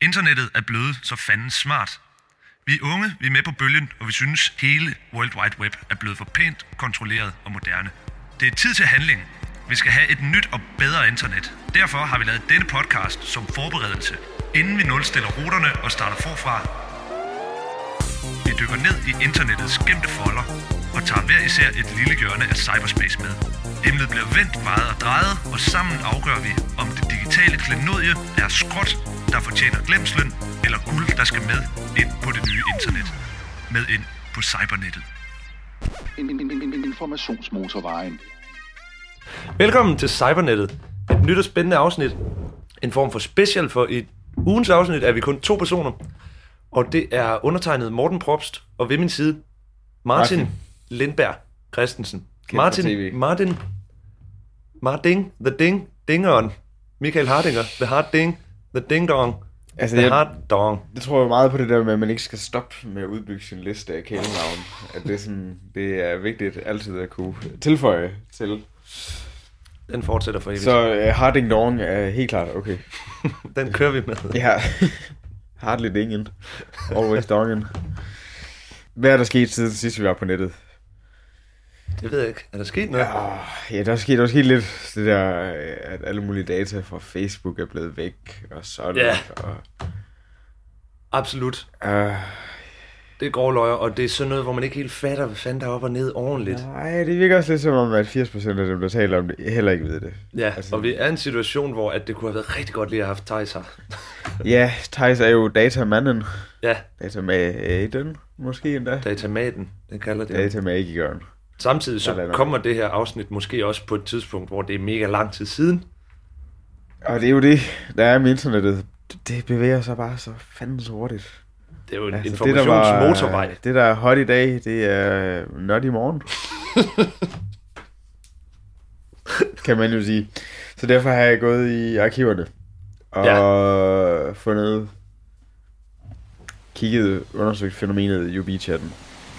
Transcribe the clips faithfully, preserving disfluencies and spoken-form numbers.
Internettet er blevet så fanden smart. Vi er unge, vi er med på bølgen, og vi synes hele World Wide Web er blevet for pænt, kontrolleret og moderne. Det er tid til handling. Vi skal have et nyt og bedre internet. Derfor har vi lavet denne podcast som forberedelse, inden vi nulstiller ruterne og starter forfra. Vi dykker ned i internettets gemte folder og tager hver især et lille hjørne af cyberspace med. Emnet bliver vendt, vejet og drejet, og sammen afgør vi, om det digitale klenodie er skrot, der fortjener glemslen, eller guld, der skal med ind på det nye internet. Med ind på cybernettet. Informationsmotorvejen. Velkommen til Cybernettet. Et nyt og spændende afsnit. En form for special, for i ugens afsnit er vi kun to personer. Og det er undertegnet Morten Probst, og ved min side Martin, Martin. Lindberg Christensen. Martin, Martin, Martin, The Ding, Dingeren. Michael Hardinger, The Hard Ding, The Ding Dong, altså, The jeg, Hard Dong. Jeg tror jo meget på det der med, at man ikke skal stoppe med at udbygge sin liste af kælenavn. At det er, sådan, det er vigtigt altid at kunne tilføje til. Den fortsætter for evigt. Så uh, Harding Dong er helt klart okay. Den kører vi med. Ja, hardly dingen. Always dongen. Hvad er der sket siden sidst vi var på nettet? Det ved jeg ikke. Er der sket noget? Ja, ja der er sket, der er sket lidt det der, at alle mulige data fra Facebook er blevet væk og sådan. Ja. Og, absolut. Uh, det er grove løjer, og det er sådan noget, hvor man ikke helt fatter, hvad fanden der er op og ned ordentligt. Nej, det virker også lidt som om, at firs procent af dem, der taler om det, heller ikke ved det. Ja, altså, og vi er i en situation, hvor at det kunne have været rigtig godt lige at have haft Thijs her. Ja, Thijs er jo datamanden. Ja. Datamaden, måske endda. Datamaden, det kalder det. Datamagikeren. Samtidig så kommer det her afsnit måske også på et tidspunkt, hvor det er mega lang tid siden. Og det er jo det, der er med internettet. Det bevæger sig bare så fanden så hurtigt. Det er jo en altså, informationsmotorvej. Det, der er hot i dag, det er not i morgen. Kan man jo sige. Så derfor har jeg gået i arkiverne og ja. fundet, kigget, undersøgt fænomenet U B-chatten.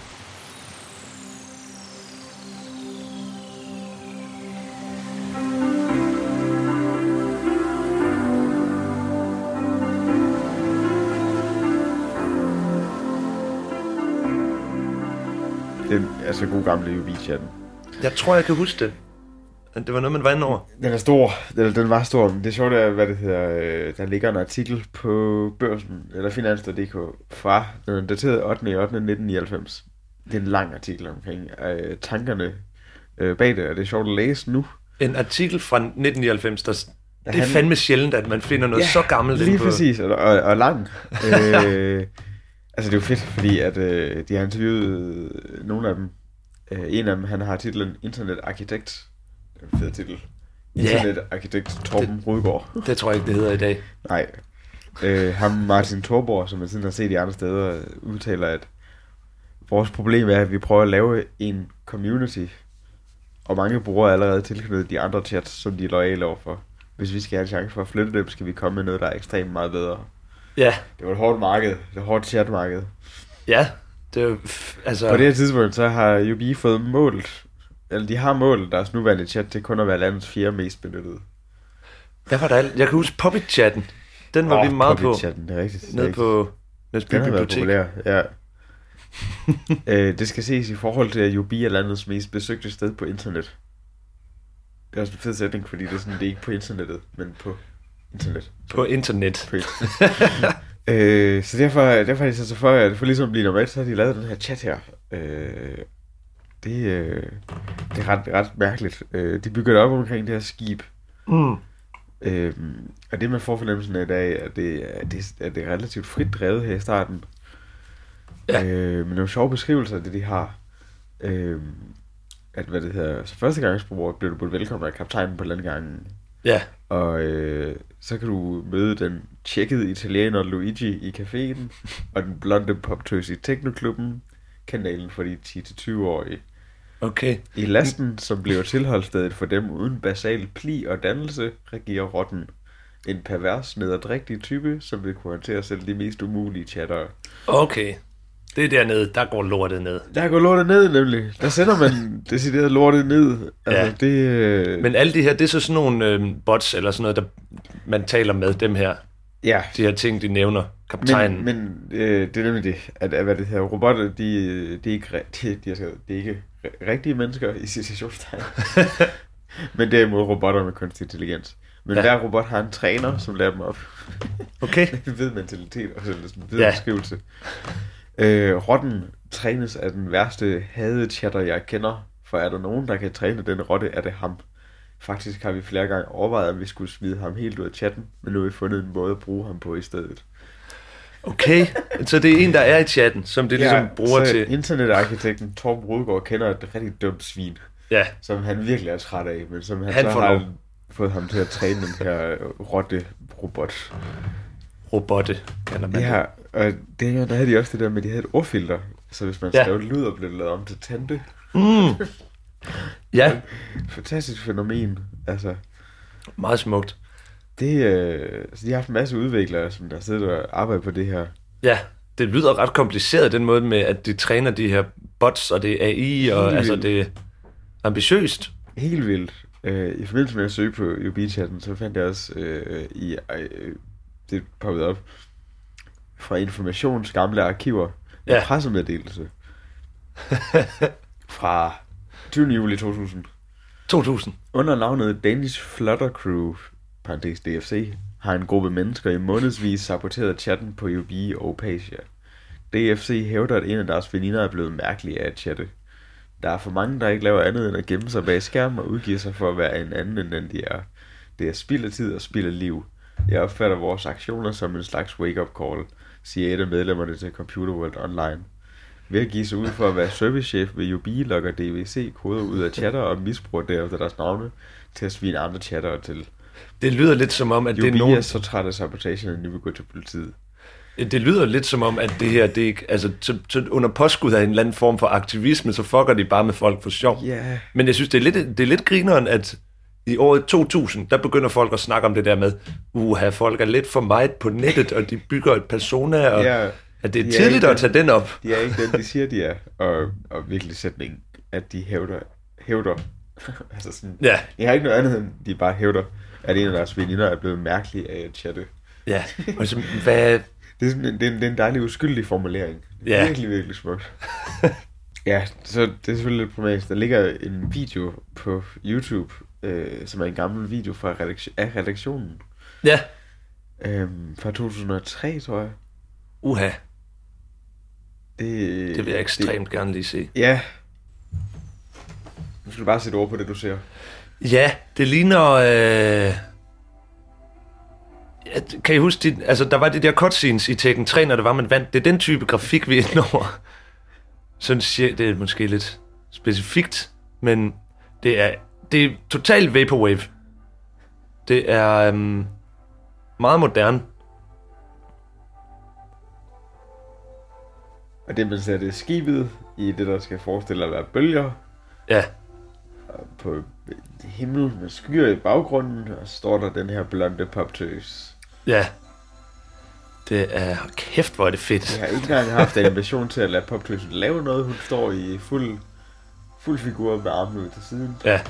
Den er så god gamle U B-chatten. Jeg tror, jeg kan huske det. Det var noget, man var inde over. Den er stor. Den, den var stor. Det er sjovt, at, hvad det hedder, der ligger en artikel på Børsen, eller Finans punktum d k, fra, den er dateret ottende august nitten nioghalvfems. Det er en lang artikel omkring øh, tankerne øh, bag det, og det er sjovt at læse nu. En artikel fra nitten nioghalvfems, der, det er han, fandme sjældent, at man finder noget ja, så gammelt. Lige på. præcis, og, og, og lang. øh, altså det er jo fedt, fordi at, øh, de har interviewet nogle af dem. Øh, en af dem, han har titlen Internet Arkitekt. En fed titel. Internet Arkitekt Torben Rudgaard. Det tror jeg ikke, det hedder i dag. Nej. Øh, ham Martin Thorborg, som jeg siden har set i andre steder, udtaler, at vores problem er, at vi prøver at lave en community, og mange brugere allerede tilknyttet de andre chats, som de er loyale overfor. Hvis vi skal have en chance for at flytte dem, skal vi komme med noget, der er ekstremt meget bedre. Ja. Det var et hårdt marked. Det var et hårdt chatmarked. Ja. Det er jo, altså... På det her tidspunkt, så har U B fået målt, eller de har målt deres nuværende chat til kun at være landets fjerde mest benyttede. Hvad var der alt? Jeg kan huske Poppy-chatten. Den var oh, vi meget på. Poppy-chatten, det er rigtigt. Nede på Næsby Bibliotek. Ja. øh, det skal ses i forhold til, at U B er landets mest besøgte sted på internet. Det er også en fed sætning, fordi det er sådan, det er ikke på internettet, men på internet. På, på internet. På internet. øh, så derfor, derfor har de sat sig for, at for ligesom at blive normalt, så har de lavet den her chat her. Øh, det, øh, det er ret, ret mærkeligt. Øh, de bygger det op omkring det her skib. Mm. Øh, og det man får fornemmelsen af i dag, at det, at det, at det er relativt frit drevet her i starten. Ja. Øh, men det er jo sjove beskrivelser af det, de har. Øh, at hvad det hedder, så første gangsbruger bliver du budt velkommen af kaptajnen på landgangen. Ja. Og øh, så kan du møde den tjekkede italiener Luigi i caféen, og den blonde poptøs i teknoklubben, kanalen for de ti til tyve-årige. Okay. I lasten, som bliver tilholdsstedet for dem uden basal pli og dannelse, regerer rotten. En pervers, nederdrægtig type, som vil kunne håndtere selv de mest umulige chattere. Okay. Det er dernede, der går lortet ned. Der går lortet ned, nemlig. Der sender man decideret lortet ned. Altså, ja. det, øh... Men alle de her, det er så sådan nogle øh, bots, eller sådan noget, der man taler med dem her. Ja. de her ting, de nævner. Kaptajnen. Men, men øh, det er nemlig det, at, at hvad det her robotter, de, de, er ikke, de, de, er, de er ikke rigtige mennesker i situationstegn. Men derimod robotter med kunstig intelligens. Men ja. Hver robot har en træner, som lærer dem op. Okay. Ved mentalitet og sådan en ved ja. beskrivelse. Øh, rotten trænes af den værste hadede chatter, jeg kender. For er der nogen, der kan træne den rotte, er det ham. Faktisk har vi flere gange overvejet, at vi skulle smide ham helt ud af chatten, men nu har vi fundet en måde at bruge ham på i stedet. Okay, så det er en, der er i chatten, som det ja, ligesom bruger så til... internetarkitekten Torben Rudgaard kender et rigtig dumt svin, ja. Som han virkelig er træt af, men som han, han så har lov. Fået ham til at træne den her rotte-robot. Robotte, kalder man ja, og det, der havde de også det der med, at de havde et ordfilter, så hvis man skrev ja. Lyd og blev lavet om til tante. Mm. Ja. Fantastisk fænomen, altså. Meget smukt. Det, øh, så de har haft en masse udviklere, som der sidder og arbejder på det her. Ja, det lyder ret kompliceret, den måde med, at de træner de her bots, og det er A I, og altså det er ambitiøst. Helt vildt. Øh, I forbindelse med at søge på U B-chatten, så fandt jeg også øh, i øh, det poppet op fra Informations gamle arkiver en ja. pressemeddelelse fra tyvende juli to tusind. to tusind. Under navnet Danish Flutter Crew, parentes D F C, har en gruppe mennesker i månedsvis saboteret chatten på U B og Opasia. D F C hævder, at en af deres veninder er blevet mærkelig af at chatte. Der er for mange, der ikke laver andet end at gemme sig bag skærmen og udgive sig for at være en anden, end den de er. Det er spild af tid og spild af liv. Jeg opfatter vores aktioner som en slags wake-up call, siger et af medlemmerne til Computer World Online. Ved at give sig ud for at være servicechef ved U B, logger D V C koder ud af chatter og misbruger derefter deres navne til at svine andre chattere til. Det lyder lidt som om, at U B det er nogen... er så træt af sabotagen, at de vil gå til politiet. Det lyder lidt som om, at det her, det ikke, altså så, så under påskud af en eller anden form for aktivisme, så fucker de bare med folk for sjov. Yeah. Men jeg synes, det er lidt, det er lidt grineren, at i året to tusind, der begynder folk at snakke om det der med, uha, folk er lidt for meget på nettet, og de bygger et persona, og yeah. at det er de tidligt er at tage den op. De er ikke den, de siger, de er, og, og virkelig sætning, at de hævder, hævder. altså sådan, ja. Jeg har ikke noget andet, end de bare hævder, at en af deres veninder er blevet mærkelig af at chatte. Ja, og så, hvad... Det er, sådan, det, er en, det er en dejlig uskyldig formulering. Det er ja. virkelig, virkelig smukt. Ja, så det er selvfølgelig lidt problematisk. Der ligger en video på YouTube, øh, som er en gammel video fra redaktion, af redaktionen. Ja. Øhm, fra to tusind og tre, tror jeg. Uha. Det, det vil jeg ekstremt det, gerne lige se. Ja. Nu skal du bare sætte ord på det, du ser. Ja, det ligner... Øh... Kan I huske, de, altså der var de der cutscenes i Tekken tre, når det var, man vandt. Det er den type grafik, vi er inde over. Sådan siger det er måske lidt specifikt, men det er, det er totalt vaporwave. Det er øhm, meget moderne. Og det, man ser, det er skibet i det, der skal forestille at være bølger. Ja. Og på himmel med skyer i baggrunden, og står der den her blonde poptøs. Ja. Det er... Kæft, hvor er det fedt. Jeg har ikke engang haft animation til at lade poptøsen lave noget. Hun står i fuld, fuld figur med armene ud til siden. Ja.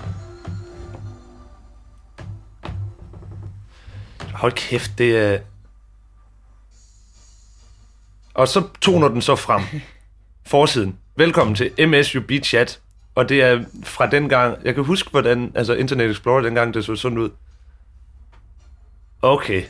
Hold kæft, det er... Og så toner den så frem. Forsiden. Velkommen til M S U B Chat. Og det er fra den gang... Jeg kan huske, hvordan... Altså, Internet Explorer dengang, det så sådan ud. Okay.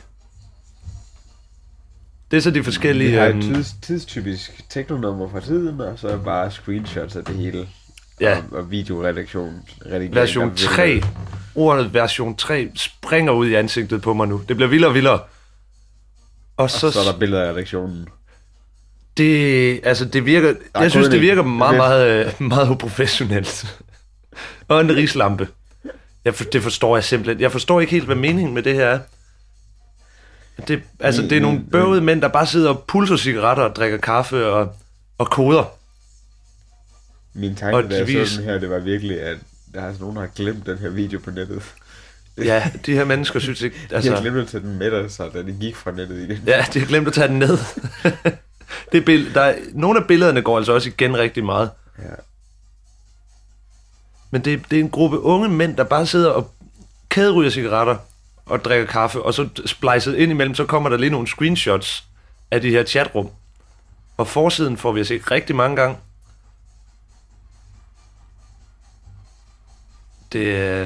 Det er så de forskellige... Vi har et um... tids, tidstypisk teknonummer fra tiden, og så bare screenshots af det hele. Ja. Og, og videoredaktion. Version tre. Ordet version tre springer ud i ansigtet på mig nu. Det bliver vildere og vildere. Og, og så, så er der billeder af redaktionen. Det, altså det virker... Der jeg synes, det virker meget, meget, meget uprofessionelt. Og en rislampe. Jeg for, det forstår jeg simpelthen. Jeg forstår ikke helt, hvad meningen med det her er. Det, altså, det er nogle bøvede mænd, der bare sidder og pulser cigaretter og drikker kaffe og, og koder. Min tanke, da jeg så den her, det var virkelig, at der er altså nogen, der har glemt den her video på nettet. Ja, de her mennesker synes ikke... Altså, de har glemt at tage den med sig, da de gik fra nettet igen. Ja, de har glemt at tage den ned. Det bill- der er, nogle af billederne går altså også igen rigtig meget. Ja. Men det, det er en gruppe unge mænd, der bare sidder og kæderyger cigaretter og drikker kaffe, og så splicet ind imellem, så kommer der lige nogle screenshots af de her chatrum. Og forsiden får vi at se rigtig mange gange. Det er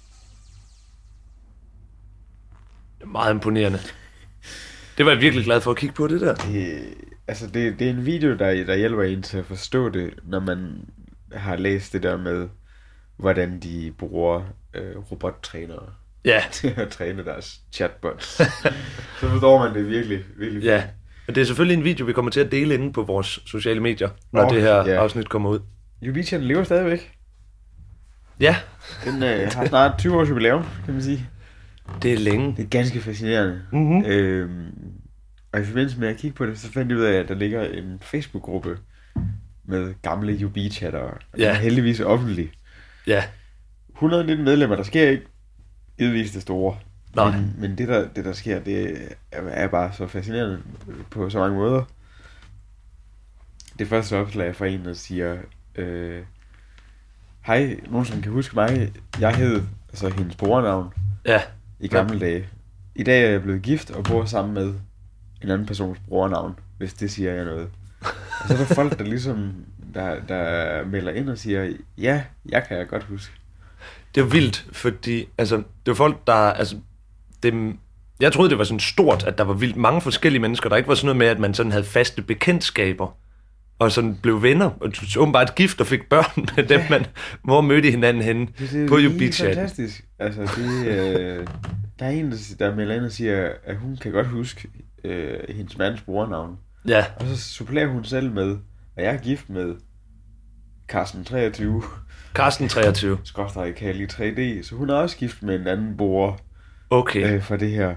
meget imponerende. Det var jeg virkelig glad for at kigge på, det der. Det, altså, det, det er en video, der, der hjælper en til at forstå det, når man har læst det der med, hvordan de bruger øh, robottrænere Ja. til at træne deres chatbots. Så forstår man det virkelig, virkelig. Ja, og det er selvfølgelig en video, vi kommer til at dele inde på vores sociale medier, når oh, det her ja. afsnit kommer ud. U B-chatten lever stadigvæk. Ja. Den øh, har snart tyve års jubilæum, kan man sige. Det er længe. Det er ganske fascinerende. Mm-hmm. Øhm, og i forbindelse med at kigge på det, så fandt jeg ud af, at der ligger en Facebook-gruppe med gamle U B-chattere. Og Ja. den er heldigvis offentlig. Ja. et hundrede og nitten medlemmer, der sker ikke givetvis det store. Nej. Men, men det, der, det, der sker, det er, er bare så fascinerende på så mange måder. Det første opslag fra en, der siger, øh, hej, nogen som kan huske mig, jeg hed, altså hendes brugernavn, Ja. i gamle dage. I dag er jeg blevet gift og bor sammen med en anden persons brugernavn, hvis det siger jeg noget. Og så er der folk, der ligesom, der, der melder ind og siger, ja, jeg kan jeg godt huske. Det er jo vildt, fordi altså, det var folk, der... Altså, det, jeg troede, det var sådan stort, at der var vildt mange forskellige mennesker. Der ikke var sådan noget med, at man sådan havde faste bekendtskaber, og sådan blev venner, og åbenbart gift og fik børn med dem, man hvor mødte hinanden henne Det, det på er U B-chatten. fantastisk. Altså, det, øh, der er en, der, der melder ind og siger, at hun kan godt huske øh, hendes mands brugernavn. Ja, Og så supplerer hun selv med, at jeg er gift med Carsten treogtyve, Carsten treogtyve. skråstreg Kali tre D, så hun er også gift med en anden bruger Okay. øh, for det her.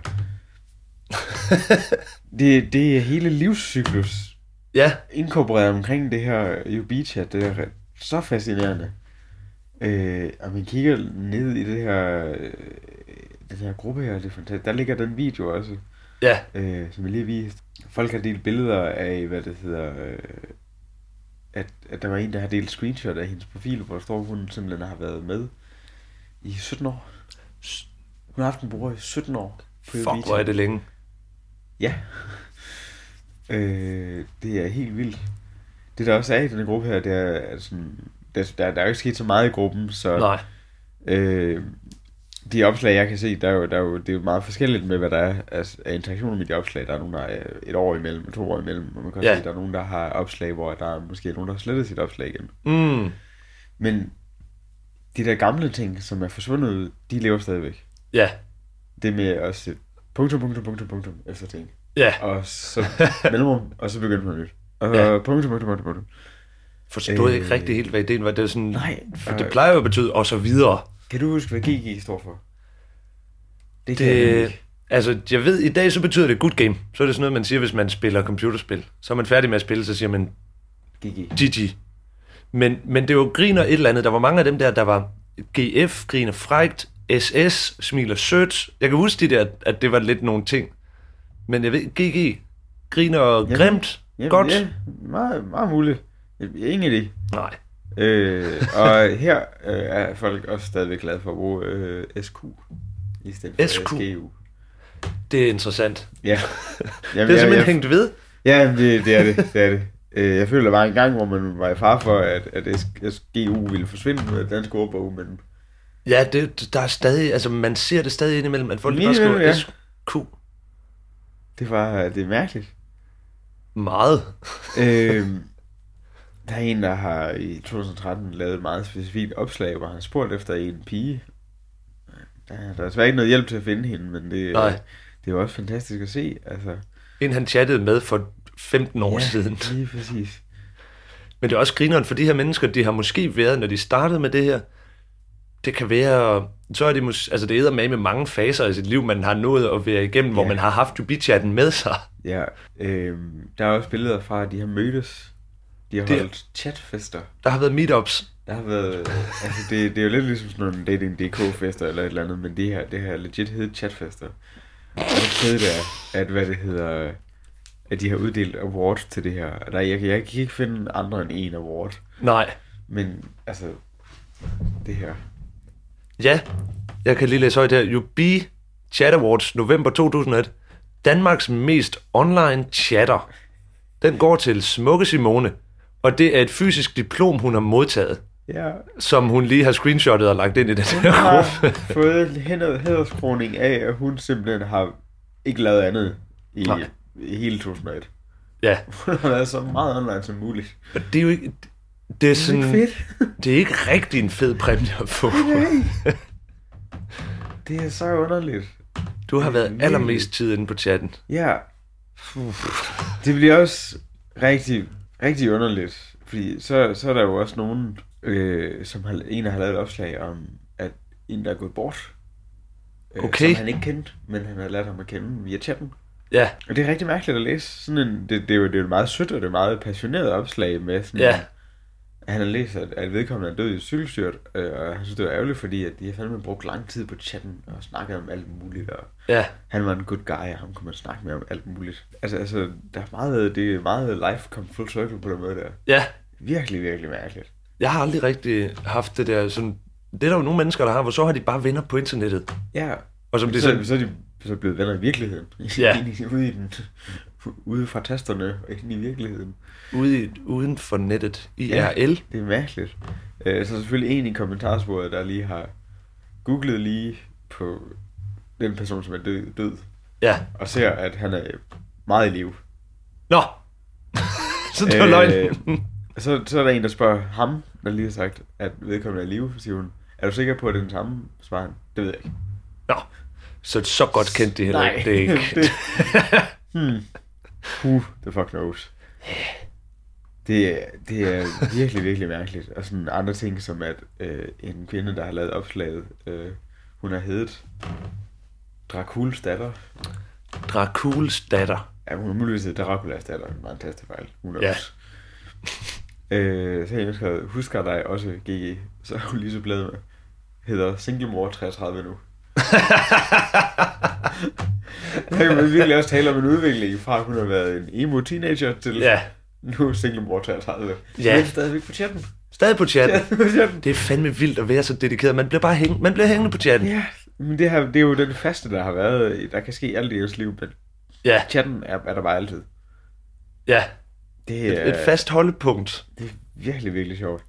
det, det er hele livscyklus Ja, inkorporeret omkring det her U B-chat. Det er ret- så fascinerende. Øh, og man kigger ned i det her, øh, den her gruppe her, det er fantastisk. Der ligger den video også, ja, øh, som jeg lige viste. Folk har delt billeder af, hvad det hedder, øh, at, at der var en, der har delt screenshot af hendes profil, hvor der står, at hun simpelthen har været med i sytten år. Hun har haft en bruger i sytten år. På fuck, hvor er det længe. Ja. øh, det er helt vildt. Det der også er i den gruppe her, det er, at sådan, der, der, der er jo ikke sket så meget i gruppen, så Nej. øh, de opslag, jeg kan se, der er jo, der er jo, det er jo meget forskelligt med, hvad der er af, af interaktioner med de opslag. Der er nogen, der er et år imellem, og to år imellem, og man kan også Ja. se, at der er nogen, der har opslag, hvor der er måske nogen, der har slettet sit opslag igen. Mm. Men de der gamle ting, som er forsvundet, de lever stadigvæk. Ja, Det med at sætte punktum, punktum, punktum, punktum efter ting. ja. Og så mellemrum, og så begyndte man nyt. Og Ja. ja. punktum, punktum, punktum, punktum. Forstod Øh, ikke rigtig helt, hvad ideen var. Det, var sådan, Nej, for øh, det plejer jo at betyde og så videre. Kan du huske, hvad G G står for? Det kan jeg Det, ikke. altså, jeg ved, i dag så betyder det good game. Så er det sådan noget, man siger, hvis man spiller computerspil. Så er man færdig med at spille, så siger man G G. G G. Men, men det var griner et eller andet. Der var mange af dem der, der var G F, griner frægt, S S, smiler sødt. Jeg kan huske de der, at det var lidt nogle ting. Men jeg ved, G G, griner Jamen, grimt, Jamen, godt. Ja, meget, meget muligt. Jeg har ingen idé. Nej. Øh, og her øh, er folk også stadigvæk glade for at bruge øh, S Q i stedet for S Q. S G U. Det er interessant. Ja. Jamen, Det er simpelthen jeg, hængt ved. Ja, det, det er det. det, er det. Øh, Jeg føler, der var en gang, hvor man var i far for, at, at S G U ville forsvinde med dansk ordbog, men Ja, det, der er stadig, altså man ser det stadig indimellem, at folk Lige bare skriver imellem, ja. S Q. det var det er mærkeligt. Meget. øh, der er en, der har i to tusind og tretten lavet et meget specifikt opslag, hvor han spurgte efter en pige. Der, der er desværre ikke noget hjælp til at finde hende, men det, Nej. det er jo også fantastisk at se. Altså, En han chattede med for femten år ja, siden. lige præcis. Men det er også grineren for de her mennesker, de har måske været, når de startede med det her, det kan være, så er det, mås- altså det er med med mange faser i sit liv, man har nået at være igennem, ja. Hvor man har haft U B-chatten med sig. Ja, øh, der er også billeder fra, at de har mødtes. De har Det- holdt chatfester. Der har været meetups. Der har været, altså det, det er jo lidt ligesom sådan nogle dating punktum d k-fester eller et eller andet, men det her, det her legit hedder chatfester. Og det fede er, at hvad det hedder, at de har uddelt awards til det her. Der, jeg, jeg kan ikke finde andre end en award, Nej. men altså, det her. Ja, jeg kan lige læse højt her. U B Chat Awards november to tusind og et. Danmarks mest online chatter. Den går til Smukke Simone, og det er et fysisk diplom, hun har modtaget, Ja. som hun lige har screenshottet og lagt ind i den Hun her har gruppe. fået en hæder- hæderskroning af, at hun simpelthen har ikke lavet andet i, Nej. i hele to tusind og et. Ja, Hun har været så meget online som muligt. og det er jo ikke... Det er, sådan, Det er ikke fedt. det er ikke rigtig en fed præmie at få. Nej. Det er så underligt. Du har Det er været virkelig- allermest tid inde på chatten. Ja. Det bliver også rigtig, rigtig underligt. Fordi så, så er der jo også nogen, øh, som har, en har lavet et opslag om, at en der er gået bort. Øh, Okay. Som han ikke kendte, men han har lært ham at kende via chatten. Ja, Og det er rigtig mærkeligt at læse. Sådan en, det, det, er jo, det er jo et meget sødt og det er et meget passioneret opslag med sådan Ja. en, at han har læst, at, at vedkommende er død i et cykelstyrt, øh, og han synes, det var ærgerligt, fordi at de har fandme brugt lang tid på chatten og snakket om alt muligt, og ja, han var en good guy, og ham kunne man snakke med om alt muligt. Altså, altså der er meget, det er meget life come full circle på den måde der. ja. Virkelig, virkelig mærkeligt. Jeg har aldrig rigtig haft det der sådan... Det er der jo nogle mennesker, der har, hvor så har de bare venner på internettet. Ja, Og som det så, sådan, så er de så blevet venner i virkeligheden. Ja. ude, i den, ude fra tasterne og ind i virkeligheden. ude i, uden for nettet, I Ja. R L. Det er mærkeligt. Øh, så er selvfølgelig en i kommentarsporet, der lige har googlet lige på den person, som er død, død Ja. og ser, at han er meget i live. Nå! Så det var Øh, løgn. Så, så er der en, der spørger ham, der lige har sagt, at vedkommende er i live, siger hun, er du sikker på, at det er den samme? Svarer han, det ved jeg ikke. Nå. Så så godt kendt det heller ikke. Det er ikke. det, hmm. Who the fuck knows? Det, er- det er virkelig, virkelig mærkeligt. Og sådan andre ting, som at øh, en kvinde, der har lavet opslaget, øh, hun har heddet Draculs datter. Draculs datter. Ja, hun har muligvis heddet Draculas datter, en meget tastefejl. Hun er Ja. også. Øh, så har jeg skrevet, husker dig også, G G, så er hun lige så blevet med. Hedder singlemor treogtredive nu. Der kan man virkelig også tale om en udvikling fra, at hun har været en emo teenager til Ja. nu singlemor treogtredive. Ja. Men stadigvæk på chatten. Stadig på chatten. Ja, på chatten. Det er fandme vildt at være så dedikeret. Man bliver bare hæng, man bliver hængende på chatten. Ja, men det, her, det er jo den faste, der har været. Der kan ske alt i ens liv, men Ja, chatten er, er der bare altid. ja. Det Et, er, et fast holdepunkt. det er virkelig, virkelig sjovt.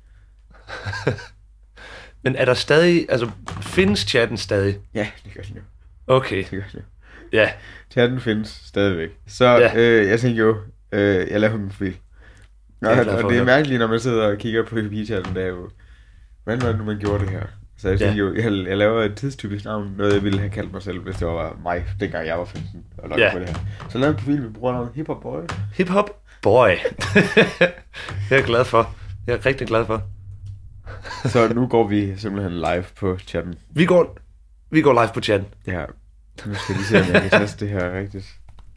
Men er der stadig, altså findes chatten stadig? Ja, det gør den jo. Okay, Det gør den jo. ja. Chatten findes stadigvæk. Så Ja. ja. øh, jeg tænker jo, øh, jeg laver en profil. Det er jeg Og, glad for og at det er høre. mærkeligt, når man sidder og kigger på chatten, det er jo, hvordan var det nu, man gjorde det her? Så jeg Ja. tænker jo, jeg, jeg laver et tidstypisk navn, noget jeg ville have kaldt mig selv, hvis det var mig, dengang jeg var femten og logget Ja. på det her. Så lavede en profil med brugernavnet Hip Hop Boy. Hip hop boy. Jeg er glad for. Jeg er rigtig glad for. Så nu går vi simpelthen live på chatten. Vi går, vi går live på chatten. Ja, nu skal jeg lige se, om jeg kan teste det her rigtigt.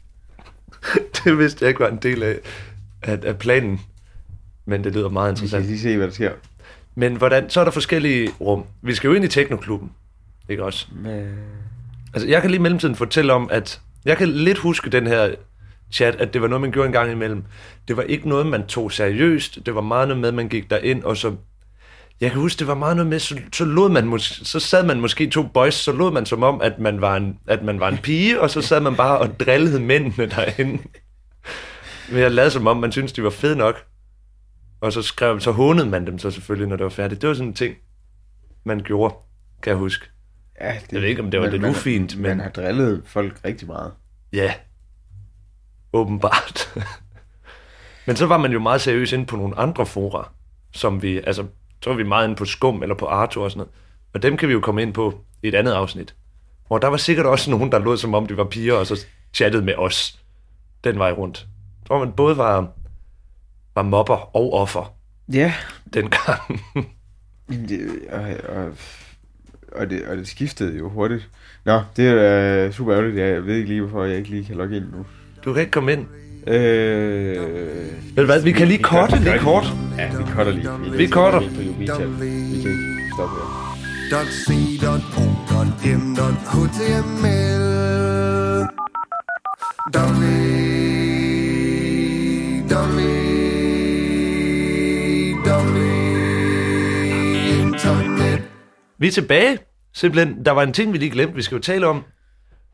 Det vidste jeg ikke var en del af, af, af planen. Men det lyder meget Vi skal interessant. lige se, hvad der sker. Men hvordan, så er der forskellige rum. Vi skal jo ind i teknoklubben. Ikke også? Men... Altså, jeg kan lige i mellemtiden fortælle om, at jeg kan lidt huske den her chat, at det var noget, man gjorde en gang imellem. Det var ikke noget, man tog seriøst. Det var meget noget med, at man gik derind, og så... Jeg kan huske, det var meget noget med, så, så lod man mås- så sad man måske to boys, så lod man som om, at man var en, at man var en pige, og så sad man bare og drillede mændene derinde. Men jeg lavede som om, man syntes, de var fede nok. Og så skrev, så hånede man dem så selvfølgelig, når det var færdigt. Det var sådan en ting, man gjorde, kan jeg huske. Ja, det, Jeg ved ikke, om det var lidt man, ufint, men- Man har drillet folk rigtig meget. Ja, åbenbart. Men så var man jo meget seriøs inde på nogle andre fora, som vi, altså, så var vi meget inde på Skum eller på Arto og sådan noget. Og dem kan vi jo komme ind på i et andet afsnit. Hvor der var sikkert også nogen, der lød som om de var piger, og så chattede med os den vej rundt. Så var man både var, var mobber og offer Ja, dengang. det, og, og, og, det, og det skiftede jo hurtigt. Nå, det er uh, super ærgerligt. Jeg ved ikke lige, hvorfor jeg ikke lige kan logge ind nu. Du kan ikke komme ind. Øh, Ved du hvad, vi kan lige korte vi gør lige det kort. Ja, vi cutter lige. Vi cutter. Vi kan ikke stoppe her. .c, .o, .m, .html W, W, W, internet. Vi er tilbage. Simpelthen, der var en ting, vi lige glemte, vi skal jo tale om.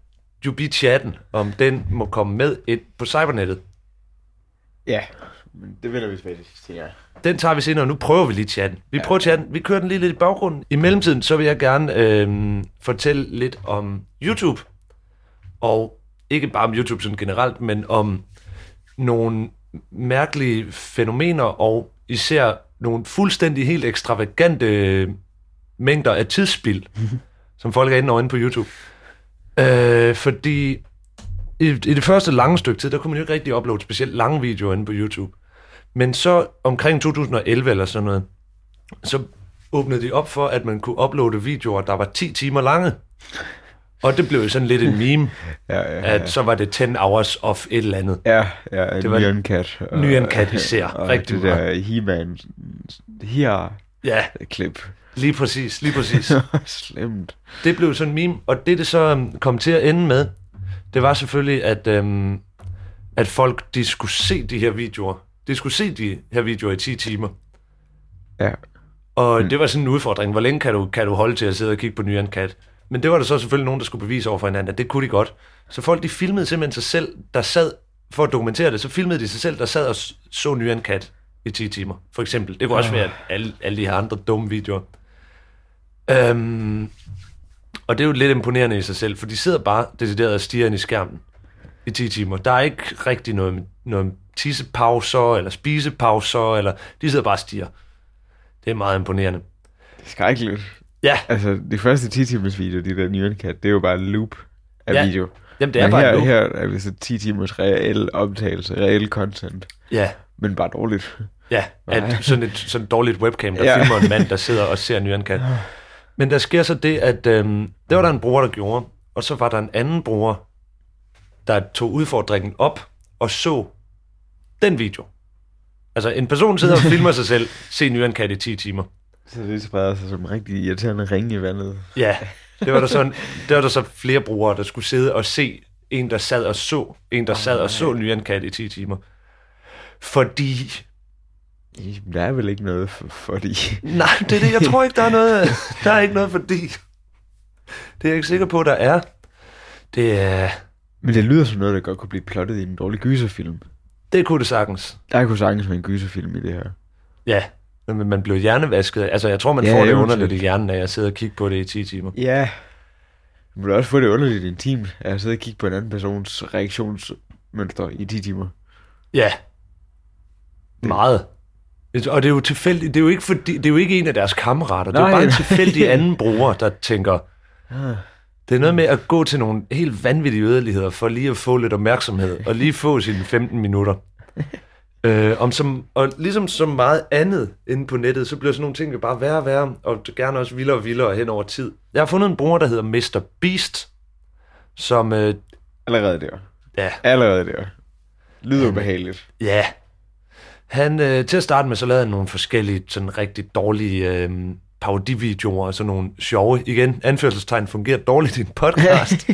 Jubi-chatten, om den må komme med ind på cybernettet. Ja, men det vender vi tilbage til sidst, ja. Den tager vi senere, og nu prøver vi lige chatten. Vi Ja. prøver chatten, vi kører den lige lidt i baggrunden. I mellemtiden, så vil jeg gerne øh, fortælle lidt om YouTube. Og ikke bare om YouTube sådan generelt, men om nogle mærkelige fænomener, og især nogle fuldstændig helt ekstravagante mængder af tidsspild, som folk er inde over inde på YouTube. Øh, fordi i, i det første lange stykke tid, der kunne man jo ikke rigtig uploade specielt lange videoer inde på YouTube. Men så omkring to tusind og elleve eller sådan noget, så åbnede de op for, at man kunne uploade videoer, der var ti timer lange. Og det blev jo sådan lidt en meme, Ja, ja, ja. at så var det ti hours of et eller andet. Ja, ja, Det var Nyan Cat. og- Nyan Cat især, og rigtig det meget. der He-Man her Ja, klip. lige præcis, lige præcis. Slemt. Det blev sådan en meme, og det det så øhm, kom til at ende med, det var selvfølgelig, at, øhm, at folk, de skulle se de her videoer. De skulle se de her videoer i ti timer. Ja. Og mm. det var sådan en udfordring. Hvor længe kan du, kan du holde til at sidde og kigge på Nyan Cat? Men det var der så selvfølgelig nogen, der skulle bevise over for hinanden, at det kunne de godt. Så folk, de filmede simpelthen sig selv, der sad, for at dokumentere det, så filmede de sig selv, der sad og s- så Nyan Cat i ti timer. For eksempel. Det kunne også være alle, alle de her andre dumme videoer. Øhm, og det er jo lidt imponerende i sig selv, for de sidder bare decideret og stiger ind i skærmen i ti timer. Der er ikke rigtig noget, noget tissepauser, eller spisepauser, eller de sidder bare og stiger. Det er meget imponerende. Det er skrækkeligt. Ja, Altså, de første ti timers video, de der Nyan Cat, det er jo bare en loop af Ja. video. jamen det er Men bare her, nu. her er det så ti timers reel optagelse, reel content, Ja, men bare dårligt. ja. At sådan et sådan et dårligt webcam, der Ja. filmer en mand, der sidder og ser Nyan Cat. Men der sker så det, at øhm, det var der en bruger, der gjorde, og så var der en anden bruger, der tog udfordringen op og så den video. Altså en person sidder og filmer sig selv, se Nyan Cat i ti timer. Så det spreder sig som en rigtig irriterende ring i vandet. Ja, det var der så, det var der så flere brugere, der skulle sidde og se en, der sad og så, en, der sad og så Nyan Cat i ti timer. Fordi... Jamen, der er vel ikke noget for, fordi... Nej, det er det. Jeg tror ikke, der er noget... Der er ikke noget fordi... Det er jeg ikke sikker på, der er. Det er... Men det lyder som noget, der godt kunne blive plottet i en dårlig gyserfilm. Det kunne det sagtens. Der kunne sagtens være en gyserfilm i det her. Ja, men man blev hjernevasket. Altså, jeg tror, man Ja, får det eventuelt. underligt i hjernen, af at sidde og kigge på det i ti timer. Ja. Man vil også få det underligt intimt, at sidde og kigge på en anden persons reaktionsmønster i ti timer. Ja. Meget. Og det er jo tilfældigt. Det er jo ikke, fordi, det er jo ikke en af deres kammerater. Det er Nej, jo bare en nej. tilfældig anden bruger, der tænker... Ah. Det er noget med at gå til nogle helt vanvittige yderligheder, for lige at få lidt opmærksomhed, og lige få sine femten minutter. øh, om som, og ligesom så meget andet inde på nettet, så bliver sådan nogle ting jo bare værre og værre, og gerne også vildere og vildere hen over tid. Jeg har fundet en bruger, der hedder mister Beast, som, øh, Allerede der. ja, Allerede der. Lyder ubehageligt. ja, han, øh, til at starte med, så lavede han nogle forskellige, sådan rigtig dårlige øh, parodivideoer, og sådan nogle sjove, igen, anførselstegn fungerer dårligt i en podcast.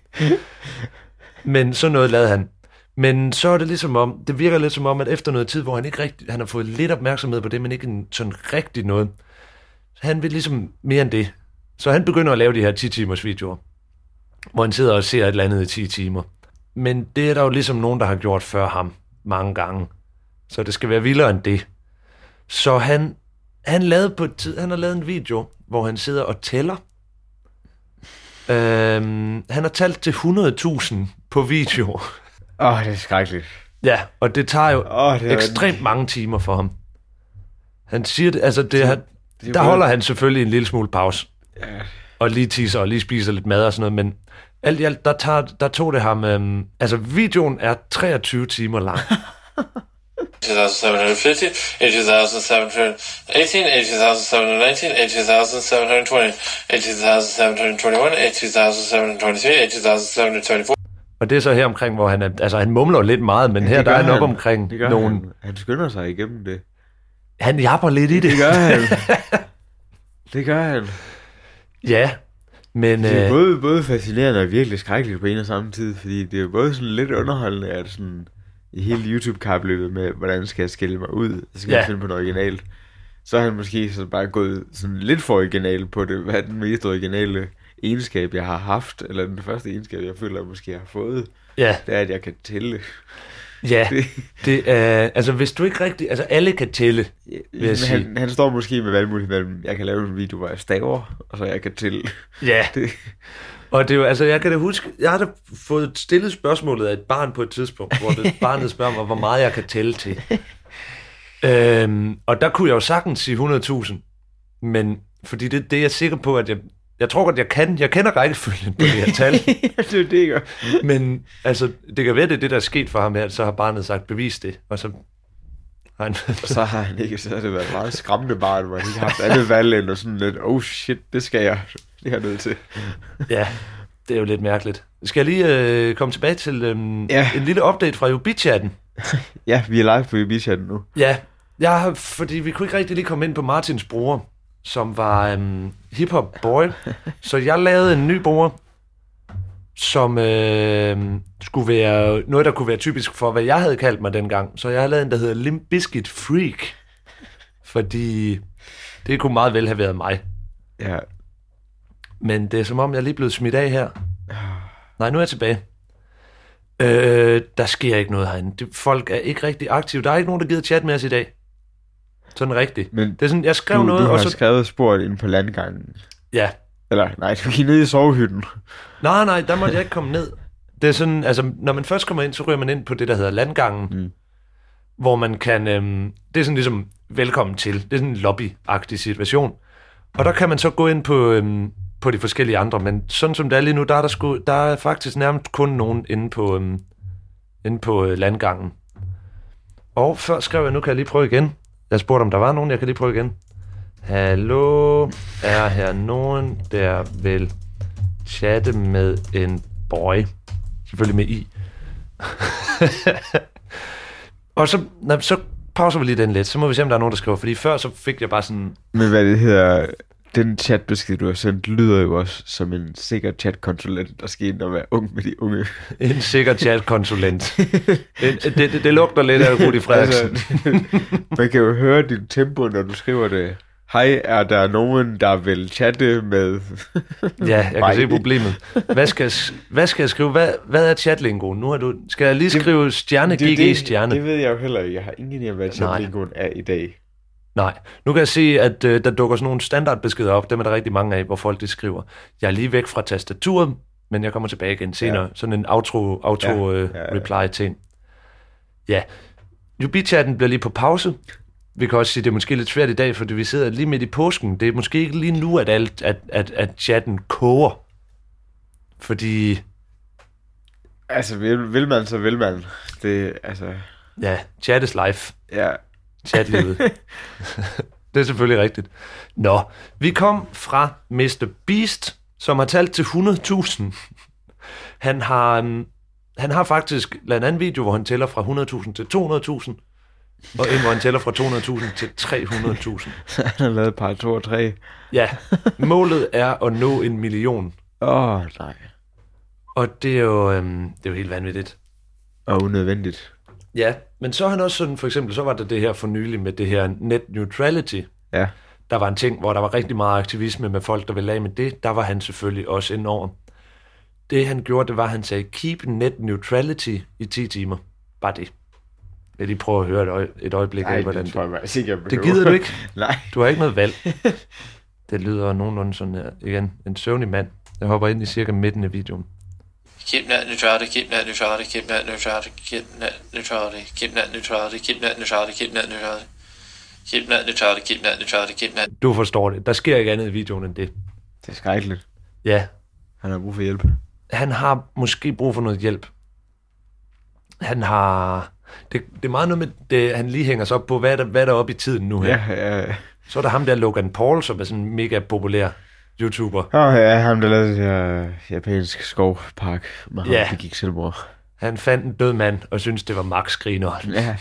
Men sådan noget lavede han. Men så er det ligesom om, det virker lidt som om, at efter noget tid, hvor han ikke rigtig, han har fået lidt opmærksomhed på det, men ikke en, sådan rigtig noget, så han vil ligesom mere end det. Så han begynder at lave de her ti timers videoer, hvor han sidder og ser et eller andet i ti timer. Men det er der jo ligesom nogen, der har gjort før ham mange gange. Så det skal være vildere end det. Så han, han, lavede på et tid, han har lavet en video, hvor han sidder og tæller. Øhm, han har talt til hundrede tusind på video. Åh, oh, det er skrækkeligt. Ja, og det tager jo Åh, det er- ekstremt mange timer for ham. Han siger det, altså det, det han, er jo der både- holder han selvfølgelig en lille smule pause. Ja. Og lige tisser og lige spiser lidt mad og sådan noget, men alt i alt, der, tager, der tog det ham, øhm, altså videoen er treogtyve timer lang. eighty-seven fifty, eighty-seven eighteen, eighty-seven nineteen, eighty-seven twenty, eighty-seven twenty-one, eighty-seven twenty-three, eighty-seven twenty-four. Og det er så her omkring, hvor han er, altså han mumler lidt meget, men her Det der gør er nok han. omkring Det gør nogle, han. Han skynder sig igennem det. han japper lidt i det. Det gør han. Det gør han. Ja, men Det er øh, både, både fascinerende og virkelig skrækkeligt på en og samme tid, fordi det er både sådan lidt underholdende, at sådan i hele YouTube-kapløbet med, hvordan skal jeg skille mig ud, så skal Ja. jeg finde på noget originalt. Så er han måske så bare gået sådan lidt for original på det. Hvad er den mest originale egenskab, jeg har haft, eller den første egenskab, jeg føler, jeg måske har fået, Ja, det er, at jeg kan tælle. ja. Det er, altså hvis du ikke rigtig, altså alle kan tælle, vil jeg sige. Han, han står måske med valgmulighed mellem, jeg kan lave en video, hvor jeg staver, og så jeg kan tælle. Ja, Det, og det er jo, altså jeg kan da huske, jeg har da fået stillet spørgsmålet af et barn på et tidspunkt, hvor det barnet spørger mig, hvor meget jeg kan tælle til. øhm, og der kunne jeg jo sagtens sige hundrede tusind, men fordi det, det er jeg sikker på, at jeg, jeg tror godt, jeg kan, jeg kender rækkefølgen på det her tal, det er det, jeg gør. men altså, det kan være, det er det, der er sket for ham her, så har barnet sagt, bevis det, og så har han... Og så har han ikke, så har det været et meget skræmmende barn, hvor han ikke har haft alle valg ind, og sådan lidt, oh shit, det skal jeg, det er jeg nødt til. Ja, det er jo lidt mærkeligt. Skal jeg lige øh, komme tilbage til øh, Ja. en lille update fra U B-chatten? Ja, vi er live på U B-chatten nu. Ja, jeg har, fordi vi kunne ikke rigtig lige komme ind på Martins bror, som var øhm, hip-hop boy. Så jeg lavede en ny bror, som øh, skulle være noget, der kunne være typisk for, hvad jeg havde kaldt mig dengang. Så jeg har lavet en, der hedder Limp Bizkit Freak. Fordi det kunne meget vel have været mig. Ja. Men det er som om, jeg er lige blevet smidt af her. Nej, nu er jeg tilbage. Øh, der sker ikke noget herinde. Det, folk er ikke rigtig aktive. Der er ikke nogen, der gider chat med os i dag. Sådan rigtigt. Men Det er sådan, jeg skrev du, noget, du har og så... skrevet sporet inde på landgangen. Ja. Eller, nej, du gik ned i sovehytten. Nej, nej, der måtte jeg ikke komme ned. Det er sådan, altså, når man først kommer ind, så ryger man ind på det, der hedder landgangen. Mm. Hvor man kan... Øhm, det er sådan ligesom, velkommen til. Det er sådan en lobby-agtig situation. Og der kan man så gå ind på... Øhm, på de forskellige andre, men sådan som det er lige nu, der er, der sgu, der er faktisk nærmest kun nogen inde på, øhm, inde på øh, landgangen. Og før skrev jeg, nu kan jeg lige prøve igen. Jeg spurgte, om der var nogen, jeg kan lige prøve igen. Hallo, er her nogen, der vil chatte med en boy? Selvfølgelig med i. Og så, nej, så pauser vi lige den lidt, så må vi se, om der er nogen, der skriver, fordi før så fik jeg bare sådan... Men hvad det hedder... Den chatbesked, du har sendt, lyder jo også som en sikker chatkonsulent, der skal ind og være ung med de unge. En sikker chatkonsulent. det, det, det, det lugter lidt af Rudi Frederiksen. Altså, man kan jo høre dit tempo, når du skriver det. Hej, er der nogen, der vil chatte med... Ja, jeg kan mig? se problemet. Hvad skal, jeg, hvad skal jeg skrive? Hvad, hvad er chatlingoen? Nu har du, skal jeg lige skrive stjerne, Det, G G, det, stjerne? det ved jeg jo heller ikke. Jeg har ingen idé om, hvad chatlingoen er i dag. Nej. Nu kan jeg se, at øh, der dukker sådan nogle standardbeskeder op. Dem er der rigtig mange af, hvor folk de skriver. Jeg er lige væk fra tastaturet, men jeg kommer tilbage igen senere. Ja. Sådan en auto, auto Ja, øh, ja, ja. reply ting. Ja. U B-chatten bliver lige på pause. Vi kan også sige, at det er måske lidt svært i dag, fordi vi sidder lige midt i påsken. Det er måske ikke lige nu, at, alt, at, at, at chatten koger. Fordi, Altså, vil, vil man, så vil man. Det, altså... ja, chat is life. Ja. Chatlivet. Det er selvfølgelig rigtigt. Nå, vi kom fra mister Beast, som har talt til hundrede tusind. Han har, um, han har faktisk lavet en anden video, hvor han tæller fra hundrede tusind til to hundrede tusind, og en, hvor han tæller fra to hundrede tusind til tre hundrede tusind. Han har lavet par to og tre. Ja, målet er at nå en million. Åh, oh, nej. Og det er jo, um, det er jo helt vanvittigt. Og unødvendigt. Ja, men så er han også sådan, for eksempel, så var der det her for nylig med det her net neutrality. Ja. Der var en ting, hvor der var rigtig meget aktivisme med folk, der ville af med det. Der var han selvfølgelig også indover. Det han gjorde, det var, at han sagde, keep net neutrality i ti timer. Bare det. Jeg vil lige prøve at høre et, øje, et øjeblik af, hvordan det tror jeg faktisk ikke, jeg det behøver. gider du ikke. Nej. Du har ikke noget valg. Det lyder nogenlunde sådan her. Igen, en søvnig mand. Jeg hopper ind i cirka midten af videoen. Keep net neutrality, keep net neutrality, keep net neutrality, keep net neutrality, keep net neutrality, keep net neutrality, keep net neutrality. Keep net neutrality, keep net neutrality, keep net... Du forstår det. Der sker ikke andet i videoen end det. Det er skrækkeligt. Ja, Han har brug for hjælp. han har måske brug for noget hjælp. Han har... Det, det er meget noget med, det, han lige hænger sig op på, hvad er der, hvad er der oppe i tiden nu her. Ja, ja. Så er der ham der, Logan Paul, som er sådan en mega populær YouTuber. Åh, oh, ja, ham der lavede det her japansk skovpark med ham, Ja. det gik selvmord. Han fandt en død mand, og syntes, det var max griner. Ja.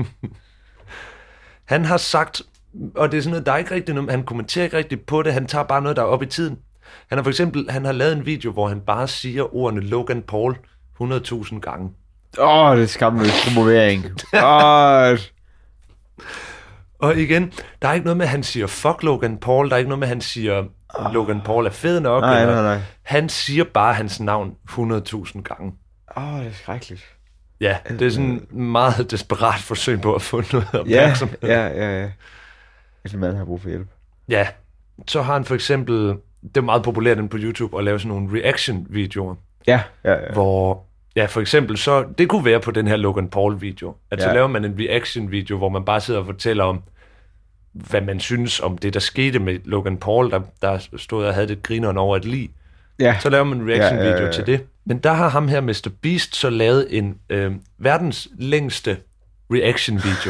Han har sagt, og det er sådan noget, der er ikke rigtig noget, han kommenterer ikke rigtig på det, han tager bare noget, der er oppe i tiden. Han har for eksempel, han har lavet en video, hvor han bare siger ordene Logan Paul hundrede tusind gange. Åh, oh, det er skamløs promovering. Åh, oh. Og igen, der er ikke noget med, at han siger fuck Logan Paul, der er ikke noget med, at han siger oh. Logan Paul er fed nok. Nej, eller, nej, nej. Han siger bare hans navn hundrede tusind gange. Åh, oh, det er skrækkeligt. Ja, det er sådan en meget desperat forsøg på at få noget opmærksomhed. Ja, ja, ja. ja. Altså, man har brug for hjælp. Ja, så har han for eksempel, det er meget populært inde på YouTube, at lave sådan nogle reaction-videoer. Ja, ja, ja. Hvor, ja, for eksempel, så det kunne være på den her Logan Paul-video, at så Ja. laver man en reaction-video, hvor man bare sidder og fortæller om, hvad man synes om det, der skete med Logan Paul, der, der stod og havde det grineren over et lig. Ja. Så laver man en reaction-video Ja, ja, ja. til det. Men der har ham her, mister Beast, så lavet en øh, verdens længste reaction-video.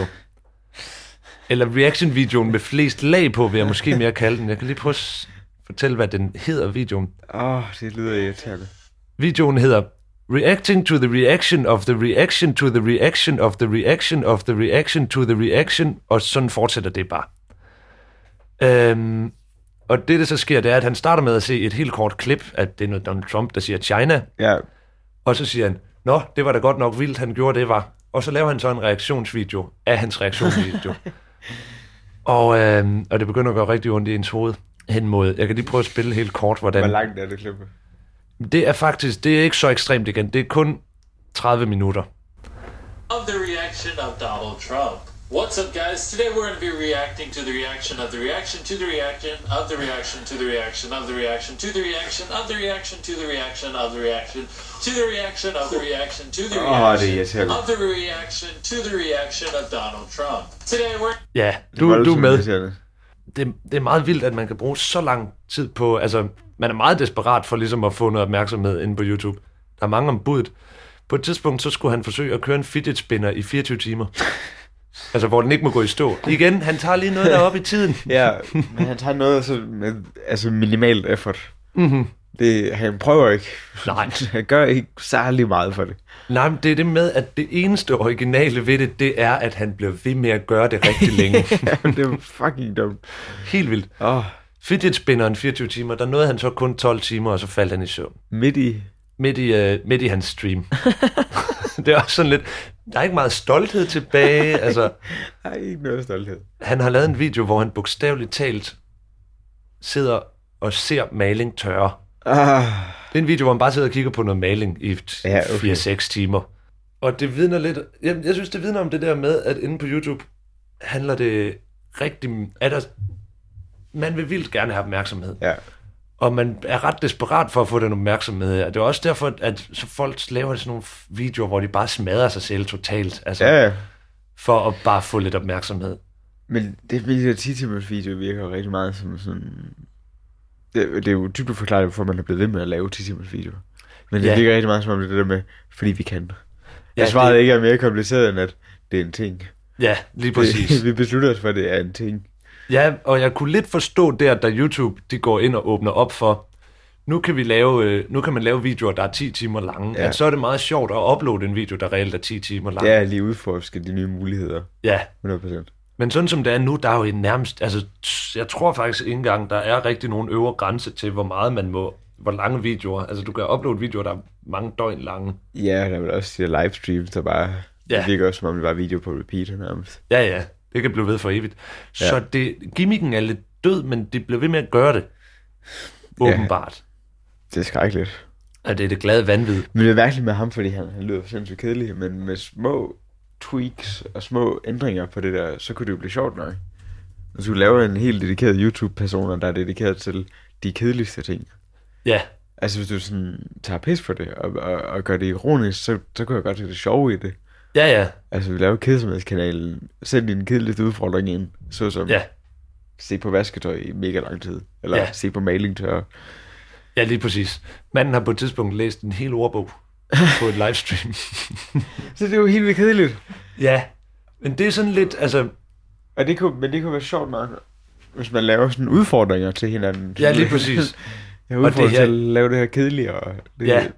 Eller reaction-videoen med flest lag på, vil jeg måske mere kalde den. Jeg kan lige prøve at fortælle, hvad den hedder, videoen. Åh, oh, det lyder irriterende. Videoen hedder Reacting to the reaction of the reaction to the reaction of the reaction of the reaction to the reaction, og sådan fortsætter det bare. Øhm, og det, der så sker, det er, at han starter med at se et helt kort klip, at det er noget Donald Trump, der siger China, Ja, og så siger han, nå, det var da godt nok vildt, han gjorde det, var. Og så laver han så en reaktionsvideo af hans reaktionsvideo. og, øhm, og det begynder at gøre rigtig ondt i ens hoved hen mod, jeg kan lige prøve at spille helt kort, hvordan... hvor langt er det klippe? Det er faktisk, det er ikke så ekstremt igen. Det er kun tredive minutter. Of the reaction of Donald Trump. What's up, guys? Today we're going to be reacting to the reaction of the reaction to the reaction of the reaction to the reaction of the reaction to the reaction of the reaction to the reaction of the reaction to the reaction of the reaction to the Åh, det er reaction irriterende. of the reaction to the reaction of Donald Trump. Today we're Ja, Det er du, du er voldsomt med. irriterende. Det, det er meget vildt, at man kan bruge så lang tid på... Altså, man er meget desperat for ligesom at få noget opmærksomhed inde på YouTube. Der er mange om budet. På et tidspunkt, så skulle han forsøge at køre en fidget spinner i fireogtyve timer. Altså, hvor den ikke må gå i stå. Igen, han tager lige noget deroppe i tiden. Ja, men han tager noget så med, altså minimalt effort. Mm-hmm. Det, han prøver ikke. Nej. Han gør ikke særlig meget for det. Nej, men det er det med, at det eneste originale ved det, det er, at han bliver ved med at gøre det rigtig længe. Ja, det er fucking dumt. Helt vildt. Åh, Fidget spinneren fireogtyve timer, der nåede han så kun tolv timer, og så faldt han i søvn. midt i... Midt i, uh, midt i hans stream. Det er også sådan lidt... Der er ikke meget stolthed tilbage. Altså, Der er ikke noget stolthed. han har lavet en video, hvor han bogstaveligt talt sidder og ser maling tørre. Ah, Det er en video, hvor han bare sidder og kigger på noget maling i Ja, okay. fire seks timer. Og det vidner lidt... Jeg, jeg synes, det vidner om det der med, at inde på YouTube handler det rigtig... Er der, man vil vildt gerne have opmærksomhed. ja. Og man er ret desperat for at få den opmærksomhed. Og det er også derfor, at så folk laver sådan nogle videoer, hvor de bare smadrer sig selv totalt. Altså, Ja, ja. for at bare få lidt opmærksomhed. Men det med de der ti timers video virker jo rigtig meget som sådan... Det, det er jo dybt at forklare, hvorfor man er blevet ved med at lave ti timers video. Men det Ja. virker rigtig meget som om det er det der med, fordi vi kan. Ja, Jeg svarede det- ikke er mere kompliceret end at det er en ting. Ja, lige præcis. Det, vi beslutter os for, at det er en ting. Ja, og jeg kunne lidt forstå der, da YouTube de går ind og åbner op for, nu kan, vi lave, øh, nu kan man lave videoer, der er ti timer lange. Ja. Ja. At så er det meget sjovt at uploade en video, der reelt er ti timer lang. Det er lige udforske de nye muligheder. Ja, hundrede procent. men sådan som det er nu, der er jo nærmest, altså jeg tror faktisk ikke engang, der er rigtig nogen øvre grænse til, hvor meget man må, hvor lange videoer. Altså du kan uploade videoer, der er mange døgn lange. Ja, der vil også sige livestreams, der bare... Ja. Det virker også, som om det var video på repeat nærmest. Ja, ja, det kan blive ved for evigt. Ja. Så det, gimmicken er lidt død, men de bliver ved med at gøre det. Åbenbart. Det er skrækkeligt. Og det er det glade vanvid. Men det er virkelig med ham, fordi han, han lyder sindssygt kedelig, men med små tweaks og små ændringer på det der, så kunne det jo blive sjovt nok. Hvis du laver en helt dedikeret YouTube-person, der er dedikeret til de kedeligste ting. Ja, Altså hvis du sådan tager pis på det, og, og, og gør det ironisk, så, så kunne jeg godt se det sjove i det. ja, ja, Altså vi laver kedsomhedskanalen, send din kedeligste udfordring ind, såsom ja. se på vasketøj i mega lang tid, eller Ja. se på malingtør. Ja, lige præcis. Manden har på et tidspunkt læst en hel ordbog på et livestream. Så det er jo helt vildt kedeligt. Ja, men det er sådan lidt, altså... Og det kunne, men det kunne være sjovt nok, hvis man laver sådan udfordringer til hinanden. Ja, lige præcis. Jeg Og udfordrer det til her- at lave det her kedelige. Og det, Ja.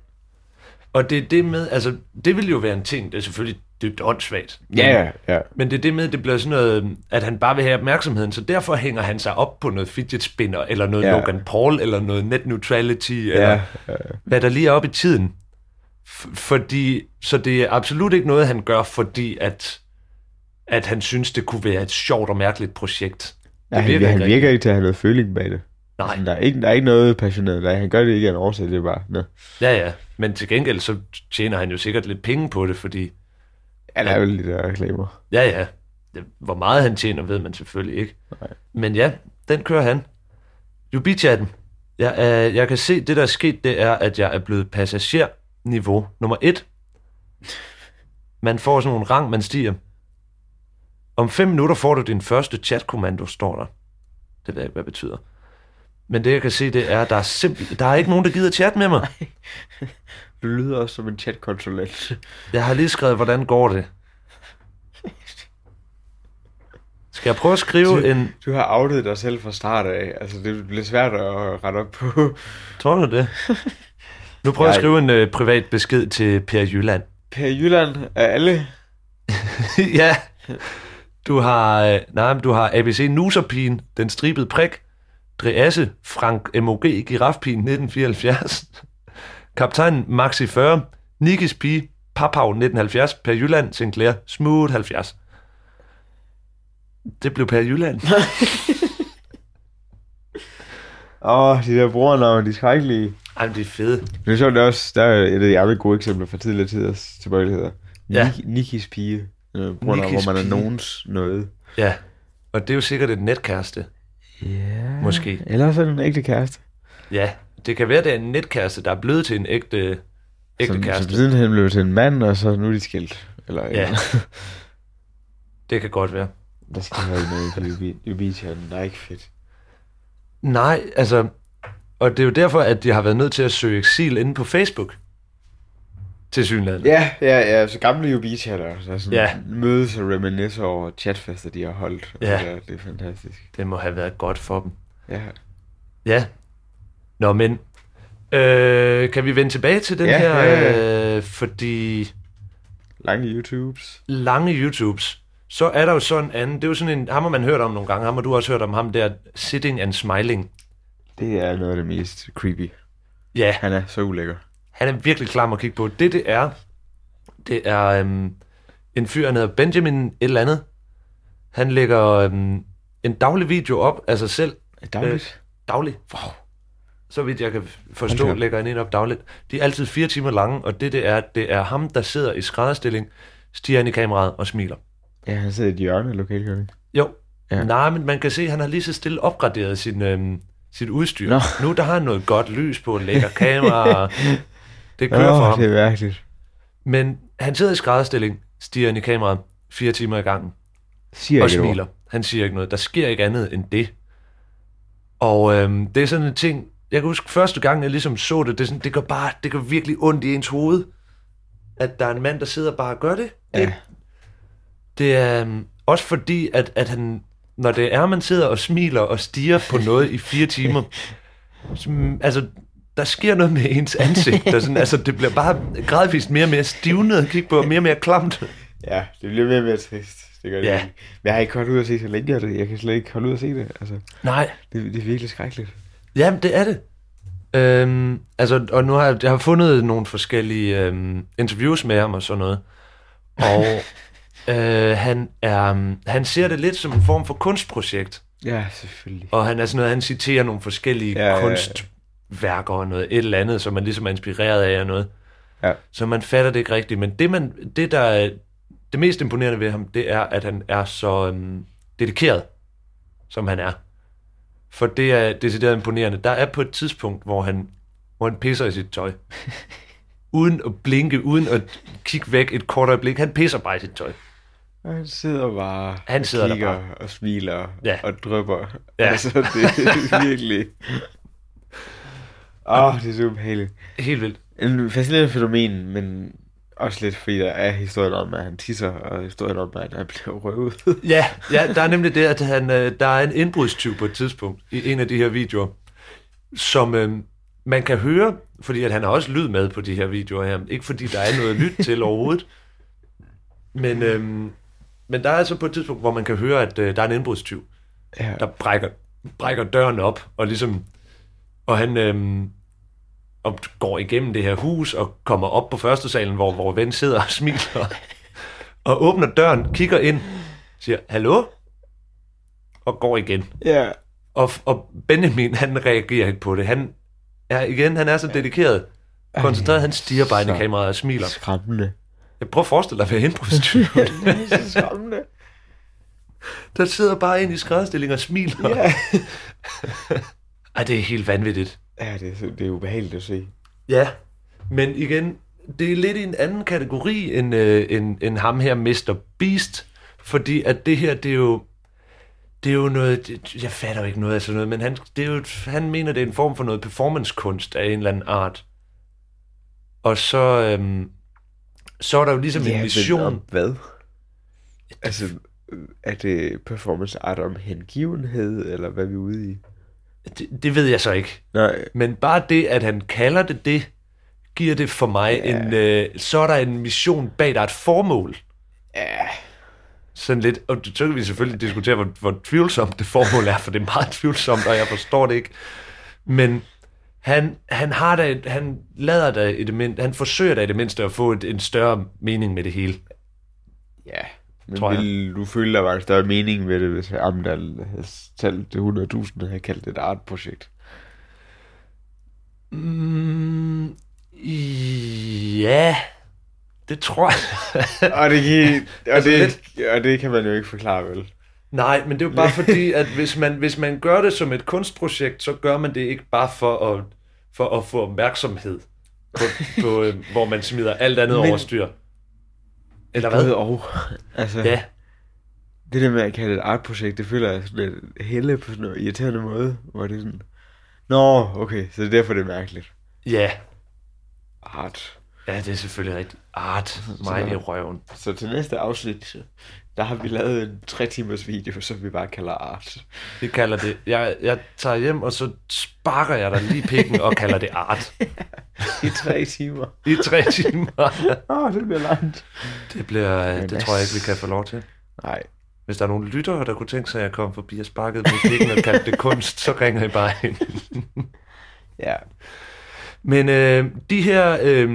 Og det er det med, altså, det vil jo være en ting, det er selvfølgelig dybt åndssvagt. Men, Ja, ja. men det er det med, det bliver sådan noget, at han bare vil have opmærksomheden, så derfor hænger han sig op på noget fidget spinner, eller noget Ja. Logan Paul, eller noget net neutrality, eller Ja, ja. hvad der lige er oppe i tiden. F- fordi, så det er absolut ikke noget, han gør, fordi at, at han synes, det kunne være et sjovt og mærkeligt projekt. Ja, han, virker han ikke virker ikke til at have noget føling bag det. Nej. Altså, der, er ikke, der er ikke noget passioneret der. Han gør det ikke af en årsag, det er bare... Nå. Ja, ja. Men til gengæld, så tjener han jo sikkert lidt penge på det, fordi... Ja, der er jo lidt der reklamer. Ja, ja. Hvor meget han tjener, ved man selvfølgelig ikke. Nej. Men ja, den kører han. Jubichatten. Jeg, øh, jeg kan se, det der er sket, det er, at jeg er blevet passagerniveau nummer et. Man får sådan nogle rang, man stiger. Om fem minutter får du din første chatkommando, står der. Det ved jeg ikke, hvad det betyder. Men det, jeg kan se, det er, at der er simpelt... Der er ikke nogen, der gider chat med mig. Du lyder også som en chatkonsulent. Jeg har lige skrevet, hvordan går det. Skal jeg prøve at skrive du, en... Du har outet dig selv fra start af. Altså, det bliver svært at rette op på. Tror du det? Nu prøver jeg at skrive en øh, privat besked til Per Jylland. Per Jylland er alle... Ja. Du har... Øh, nej, du har A B C Nuserpigen, Den Stribede Prik, Dreasse, Frank M O G, Girafpigen nitten fireoghalvfjerds, Kaptajn Maxi fyrre, Nikis Pige, Paphav nitten halvfjerds, Per Jylland, Sinclair, Smooth halvfjerds. Det blev Per Jylland. Åh, oh, de der brugernavne, de er skrækkelige. Ej, men det er fede. Det er sjovt, det er også, der er et af de andre gode eksempler fra tidligere tiders tilbøjeligheder. Ja. Nik- Nikis pige. Øh, brugernavn, Nikis hvor man er pige. nogens noget. Ja, og det er jo sikkert et netkæreste. Ja. Måske. Eller så er det en ægte kæreste. Ja, det kan være, det er en netkæreste, der er blevet til en ægte, ægte Som, kæreste. som siden han blev til en mand, og så nu er de skilt. Eller, Ja. eller. Det kan godt være. Der skal være noget i Jubichatten, der er ikke fedt. Nej, altså... Og det er jo derfor, at de har været nødt til at søge eksil inde på Facebook. Til synligheden. Ja, ja, ja, så gamle Jubichatter, der sådan Ja. mødes og reminiscer over chatfester, de har holdt. Og Ja. det, er, det er fantastisk. Det må have været godt for dem. Ja. Ja. Nå, men... Øh, kan vi vende tilbage til den Ja, her... ja, ja. Øh, fordi... Lange YouTubes. Lange YouTubes. Så er der jo sådan en anden... Det er jo sådan en... Ham har man hørt om nogle gange. Ham har du også hørt om ham der... Sitting and Smiling. Det er noget af det mest creepy. Ja. Han er så ulækker. Han er virkelig klam at kigge på. Det, det er... Det er... Øhm, en fyr, han hedder Benjamin et eller andet. Han lægger øhm, en daglig video op af sig selv. Dagligt? Øh, daglig. Wow. Så vidt jeg kan forstå, Okay. lægger han en op dagligt. De er altid fire timer lange, og det, det er, det er ham, der sidder i skrædderstilling, stiger ind i kameraet og smiler. Ja, han sidder i et hjørne af lokalkøring. Jo. Ja. Ja. Nej, men man kan se, at han har lige så stille opgraderet sin, øhm, sit udstyr. Nå. Nu der har han noget godt lys på, lækker kamera, og det kører Åh, for ham. det er mærkeligt. Men han sidder i skrædderstilling, stiger ind i kameraet, fire timer i gangen, Siger og ikke et smiler. Han siger ikke noget. Der sker ikke andet end det. Og øhm, det er sådan en ting, jeg kan huske første gang, jeg ligesom så det, det, er sådan, det går bare, det går virkelig ondt i ens hoved, at der er en mand, der sidder og bare gør det. Det, Ja. det er øhm, også fordi, at, at han, når det er, man sidder og smiler og stiger på noget i fire timer, som, altså, der sker noget med ens ansigt. Der sådan, altså, det bliver bare gradvist mere og mere stivnet at kigge på, og mere og mere klamt. Ja, det bliver mere og mere trist. Det gør det. Ja. Ja. Men jeg har ikke holdt ud at se så længe af det. Jeg kan slet ikke holde ud at se det. Altså, Nej. det, det er virkelig skrækkeligt. Jamen, det er det. Øhm, altså, og nu har jeg, jeg har fundet nogle forskellige øhm, interviews med ham og sådan noget. Og øh, han, er, han ser det lidt som en form for kunstprojekt. Ja, selvfølgelig. Og han er sådan noget, han citerer nogle forskellige Ja, ja, ja. kunstværker og noget, et eller andet, som man ligesom er inspireret af og noget. Ja. Så man fatter det ikke rigtigt. Men det, man, det der er det mest imponerende ved ham, det er, at han er så øhm, dedikeret, som han er. For det er decideret imponerende. Der er på et tidspunkt, hvor han, hvor han pisser i sit tøj. Uden at blinke, uden at kigge væk et kort øjeblik. Han pisser bare i sit tøj. Og han sidder bare Han sidder og der kigger bare. og smiler Ja. og drypper. Ja. Altså, det er virkelig... Åh, oh, det er så ubehageligt. Helt vildt. En fascinerende fænomen, men også lidt fordi der er historien om, at han tisser, og historien om, at han bliver røvet. Ja, ja, der er nemlig det, at han, øh, der er en indbrudstyv på et tidspunkt i en af de her videoer, som øh, man kan høre, fordi at han har også lyd med på de her videoer her. Ikke fordi der er noget lyt til overhovedet, men, øh, men der er altså på et tidspunkt, hvor man kan høre, at øh, der er en indbrudstyv, Ja. der brækker, brækker døren op, og ligesom, og han øh, og går igennem det her hus, og kommer op på første salen, hvor, hvor ven sidder og smiler, og åbner døren, kigger ind, siger, hallo? Og går igen. Ja. Og, og Benjamin, han reagerer ikke på det. Han er igen, han er så dedikeret. Koncentreret, han stiger bare ind i kameraet og smiler. Skræmmende. Jeg prøver at forestille dig at være indbrudstyv. Det er så skræmmende. Der sidder bare ind i skrædderstilling og smiler. Ja. Ej, det er helt vanvittigt. Ja, det er, så- det er ubehageligt at se. Ja, men igen, det er lidt i en anden kategori end, øh, end, end ham her, mister Beast. Fordi at det her, det er jo... Det er jo noget... Det, jeg fatter jo ikke noget af sådan noget, men han, det er jo, han mener, det er en form for noget performancekunst af en eller anden art. Og så... Øhm, så er der jo ligesom en mission... Men om hvad? Altså, er det performance art om hengivenhed, eller hvad er vi ude i? Det, det ved jeg så ikke. Nej. Men bare det, at han kalder det det, giver det for mig Ja. en... Øh, så er der en mission bag, der er et formål. Ja. Sådan lidt, og så kan vi selvfølgelig diskutere, hvor, hvor tvivlsomt det formål er, for det er meget tvivlsomt, og jeg forstår det ikke. Men han, han har da, et, han lader da i det mindste, han forsøger da i det mindste at få et, en større mening med det hele. Ja. Men Tror jeg. vil du føle, der var en større mening med det, hvis Amdal havde talt det hundrede tusind og havde kaldt det et artprojekt? Mm, ja, det tror jeg. Og det, kan, og, Altså det, og det kan man jo ikke forklare, vel? Nej, men det er jo bare fordi, at hvis man, hvis man gør det som et kunstprojekt, så gør man det ikke bare for at, for at få opmærksomhed, på, på, øh, hvor man smider alt andet Men- over styr. Eller hvad? Både og. Altså, Ja, det der med at kalde det et artprojekt, det føler jeg sådan lidt helle på sådan en irriterende måde, hvor det er sådan, nå, okay, så det er derfor, det er mærkeligt. ja. Art. Ja, det er selvfølgelig rigtigt. Art, mig i røven. Så til næste afsnit, der har vi lavet en tre timers video, som vi bare kalder art. Vi kalder det, jeg, jeg tager hjem, og så sparker jeg dig lige i pikken og kalder det art. I tre timer. I tre timer. Åh, oh, det bliver langt. Det bliver, det tror jeg ikke, vi kan få lov til. Nej. Hvis der er nogle lyttere, der kunne tænke sig, at jeg kom forbi og sparkede på pikken og kaldte det kunst, så ringer I bare ind. Ja. Men øh, de her... Øh,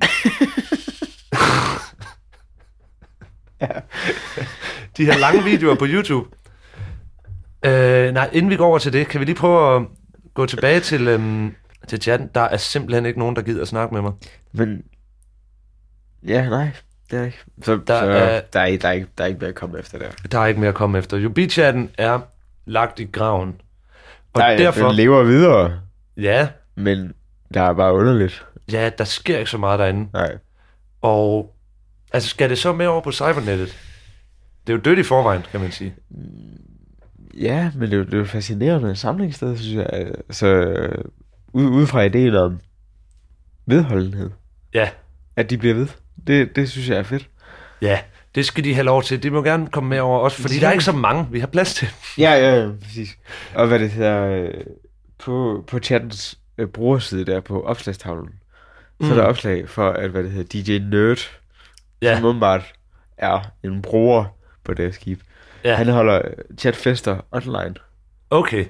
de her lange videoer på YouTube. Øh, nej, inden vi går over til det, kan vi lige prøve at gå tilbage til, øh, til chatten. Der er simpelthen ikke nogen, der gider at snakke med mig. Men, ja, nej, det er ikke. Så Der der, så, er- der, er, der, er ikke, der er ikke mere at komme efter der. Der er ikke mere at komme efter. Jubi-chatten er lagt i graven. Og Nej, derfor... den lever videre, Ja, men der er bare underligt. ja, der sker ikke så meget derinde. Nej. Og altså, skal det så med over på cybernettet? Det er jo dødt i forvejen, kan man sige. Ja, men det er jo, det er jo fascinerende samlingssted, synes jeg. Så ud, ud fra ideen om vedholdenhed, Ja, at de bliver ved, det, det synes jeg er fedt. ja, det skal de have lov til. De må gerne komme med over også, fordi der er ikke så mange, vi har plads til. Ja, ja, ja, præcis. Og hvad det hedder, øh, på, på chattens øh, brugerside der på opslagstavlen, mm. så er der opslag for, at hvad det hedder, D J Nerd, Ja, som åbenbart er en bruger på det skib. ja. Han holder øh, chatfester online. Okay.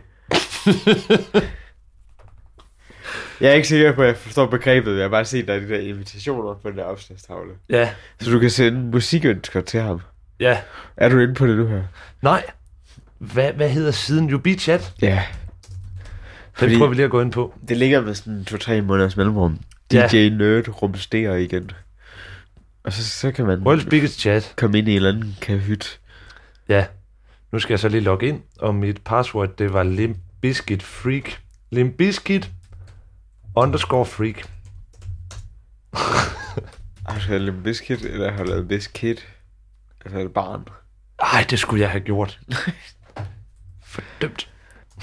Jeg er ikke sikker på, at jeg forstår begrebet. Jeg har bare set, der er de der invitationer på den der opslagstavle. Ja, Så du kan sende musikønsker til ham. ja. Er du inde på det nu her? Nej. Hvad, hvad hedder siden Jubi-chat? Ja. Den Fordi- prøver vi lige at gå ind på. Det ligger med sådan to-tre måneders mellemrum. D J Ja. Nerd rumsterer igen. Og så, så kan man World's biggest chat. komme ind i en eller anden kahyt. Ja. Nu skal jeg så lige logge ind, og mit password, det var Limp Bizkit Freak. Limp Bizkit underscore freak. Har du lavet en biscuit, eller har du lavet biscuit? Altså et barn. Ej, det skulle jeg have gjort. Fordømt.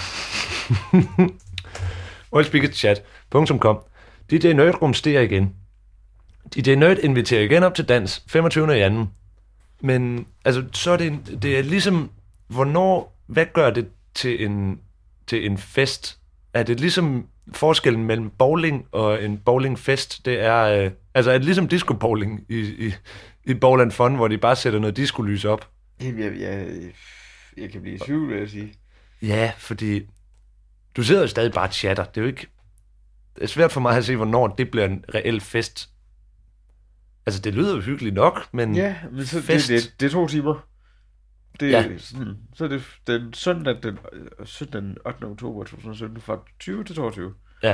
World's biggest chat. Punktum com. D J Nerd rumsterer igen. D J Nerd inviterer igen op til dans femogtyvende i anden. Men altså, så er det, en, det er ligesom, hvornår, hvad gør det til en, til en fest? Er det ligesom forskellen mellem bowling og en bowlingfest? Det er, øh, altså er det ligesom disco bowling i, i, i Bowl and Fun, hvor de bare sætter noget disco-lys op? Jamen, jeg, jeg, jeg kan blive i tvivl, vil jeg sige. Ja, fordi du sidder jo stadig bare og chatter. Det er jo ikke... Det er svært for mig at se, hvornår det bliver en reel fest. Altså, det lyder jo hyggeligt nok, men... Ja, men så, det, Fest. det, det er to timer. Det, Ja. ja. sådan, så er det den søndag den, søndag den ottende oktober to tusind og sytten fra tyve til toogtyve. Ja.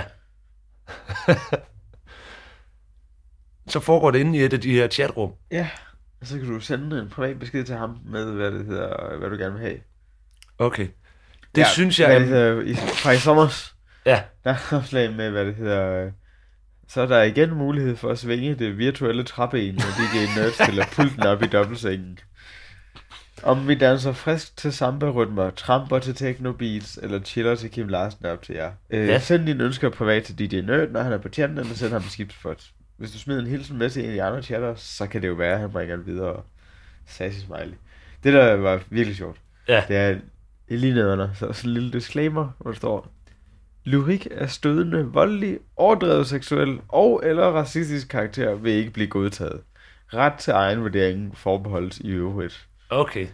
Så foregår det inde i et af de her chatrum. Ja. Og så kan du sende en privat besked til ham med, hvad det hedder, hvad du gerne vil have. Okay. Det ja, synes jeg... Hvad det hedder, i, fra i sommers, Ja, der er opslag med, hvad det hedder... Så er der igen mulighed for at svinge det virtuelle trappen, når D J Nerd stiller pulten op i dobbeltsengen. Om vi danser frisk til samba-rytmer, tramper til techno-beats, eller chiller til Kim Larsen op til jer. Øh, Ja. Send dine ønsker privat til D J Nerd, når han er på chatten, eller send ham en skibsfot. Hvis du smider en hilsen med til en af de andre chatter, så kan det jo være, at han bringer den videre og sassy smiley. Det der var virkelig sjovt. ja. Det er lige nedenunder, så sådan en lille disclaimer, hvor der står: lyrik er stødende, voldelig, overdrevet seksuel og eller racistisk karakter vil ikke blive godtaget. Ret til egen vurdering forbeholdes i øvrigt. Okay.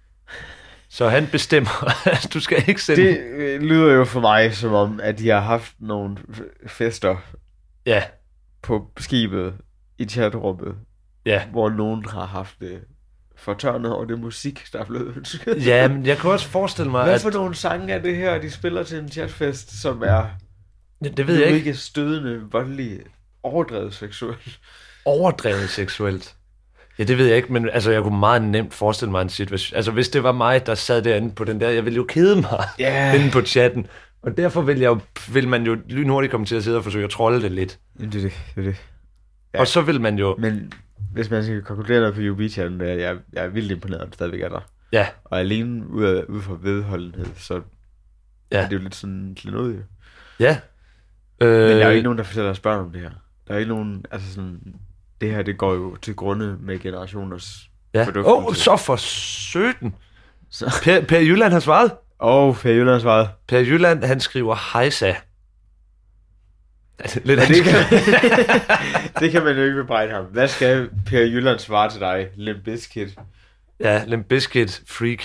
Så han bestemmer, at du skal ikke sende... Det øh, lyder jo for mig som om, at de har haft nogle f- fester Ja, på skibet i chatrummet, ja. hvor nogen har haft det fortørnet over det musik, der er blevet ønsket. Ja, men jeg kan også forestille mig, Hvad at... for nogle sange er det her, de spiller til en chatfest, som er Det ved jeg ikke. ikke stødende, voldelig, overdrevet seksuel? Overdrevet seksuelt. Ja, det ved jeg ikke, men altså, jeg kunne meget nemt forestille mig en situation. Altså, hvis det var mig, der sad derinde på den der, jeg ville jo kede mig Ja. inde på chatten. Og derfor vil, jeg jo, vil man jo lynhurtigt komme til at sidde og forsøge at trolle det lidt. Jamen, det er det, det er det. Ja. Og så vil man jo... Men hvis man skal konkludere noget på U B-chatten, er jeg, jeg er vildt imponeret, at det stadigvæk er der. Ja, Og alene ud, af, ud fra vedholdenhed, så ja, er det jo lidt sådan klenodie. ja. Men Øh, der er jo ikke nogen, der fortæller os børn om det her. Der er ikke nogen, altså sådan, det her, det går jo til grunde med generationers ja. forduftelse. Åh, oh, så for sytten. Så. Per, per Jylland har svaret. Åh, oh, Per Jylland svarede. Per Jylland, han skriver hejsa. Altså, lidt Ja, det, det, kan, det kan man jo ikke bebrejde ham. Hvad skal Per Jylland svare til dig? Limp Bizkit. Ja, Limp Bizkit freak.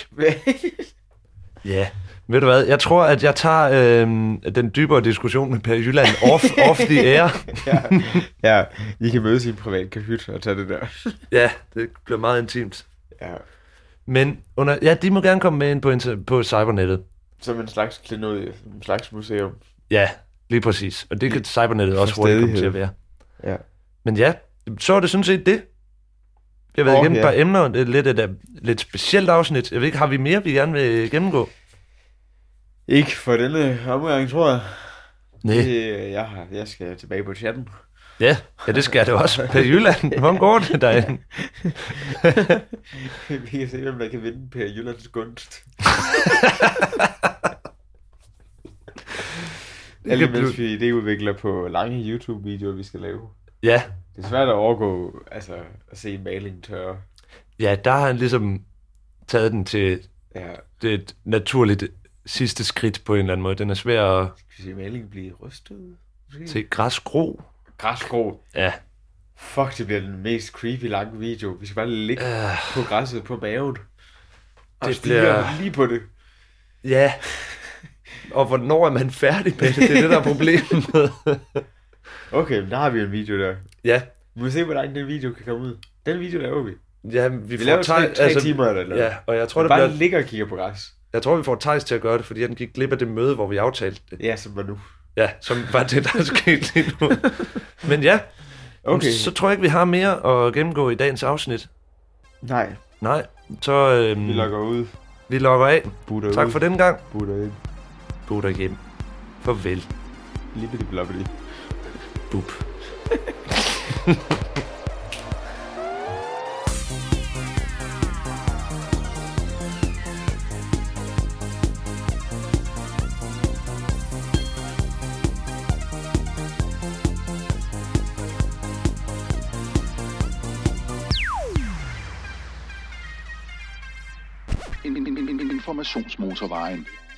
Ja, ved du hvad? Jeg tror, at jeg tager øh, den dybere diskussion med Per Jylland off, off the air. ja, ja, I kan mødes i en privat kahyt og tage det der. Ja, det bliver meget intimt. Ja, Men under, ja, de må gerne komme med ind på, inter- på cybernettet. som en slags klenodie, en slags museum. Ja, lige præcis. Og det kan cybernettet også hurtigt komme til at være. Ja. Men ja, så er det sådan set det. Jeg ved Åh, igennem et ja. par emner, det er lidt et, et lidt specielt afsnit. Jeg ved ikke, har vi mere, vi gerne vil gennemgå? Ikke for denne omgang, tror jeg. Nej. Det, jeg, har, jeg skal tilbage på chatten. Ja, ja, det skal det også. Per Jylland, hvordan går det derinde? Vi kan se, hvem der kan vinde Per Jyllands gunst. Alle kan mens vi idéudvikler på lange YouTube-videoer, vi skal lave. Ja, Det er svært at overgå, altså at se maling tørre. ja, der har han ligesom taget den til Ja, det et naturligt sidste skridt på en eller anden måde. Den er svær at skal vi se maling blive rystet? Måske? se græsgro. Græsgrå. Ja, Fuck, det bliver den mest creepy lange video. Vi skal bare ligge uh, på græsset på maven. Og Det stirre bliver- lige på det. ja. Og hvornår er man færdig med det? Det er det, der er problemet. Okay, men der har vi en video der. Ja, Må vi se, hvor langt den video kan komme ud. Den video laver vi. ja, vi, Vi får laver tre, Tej- tre altså, timer eller noget. Ja, og jeg tror, Tror, det bare bliver, ligger og kigger på græs. jeg tror, vi får Thijs til at gøre det, fordi han gik glip af det møde, hvor vi aftalte det. Ja, som var nu. Ja, som var det, der er sket lige nu. Men ja, Okay. så tror jeg ikke, vi har mere at gennemgå i dagens afsnit. Nej, Nej, så øhm, vi logger ud. vi logger af. Butter Tak ud. for den gang. Butter ind. Butter hjem. Farvel. Libbidi blobbidi. Bup. Informationsmotorvejen.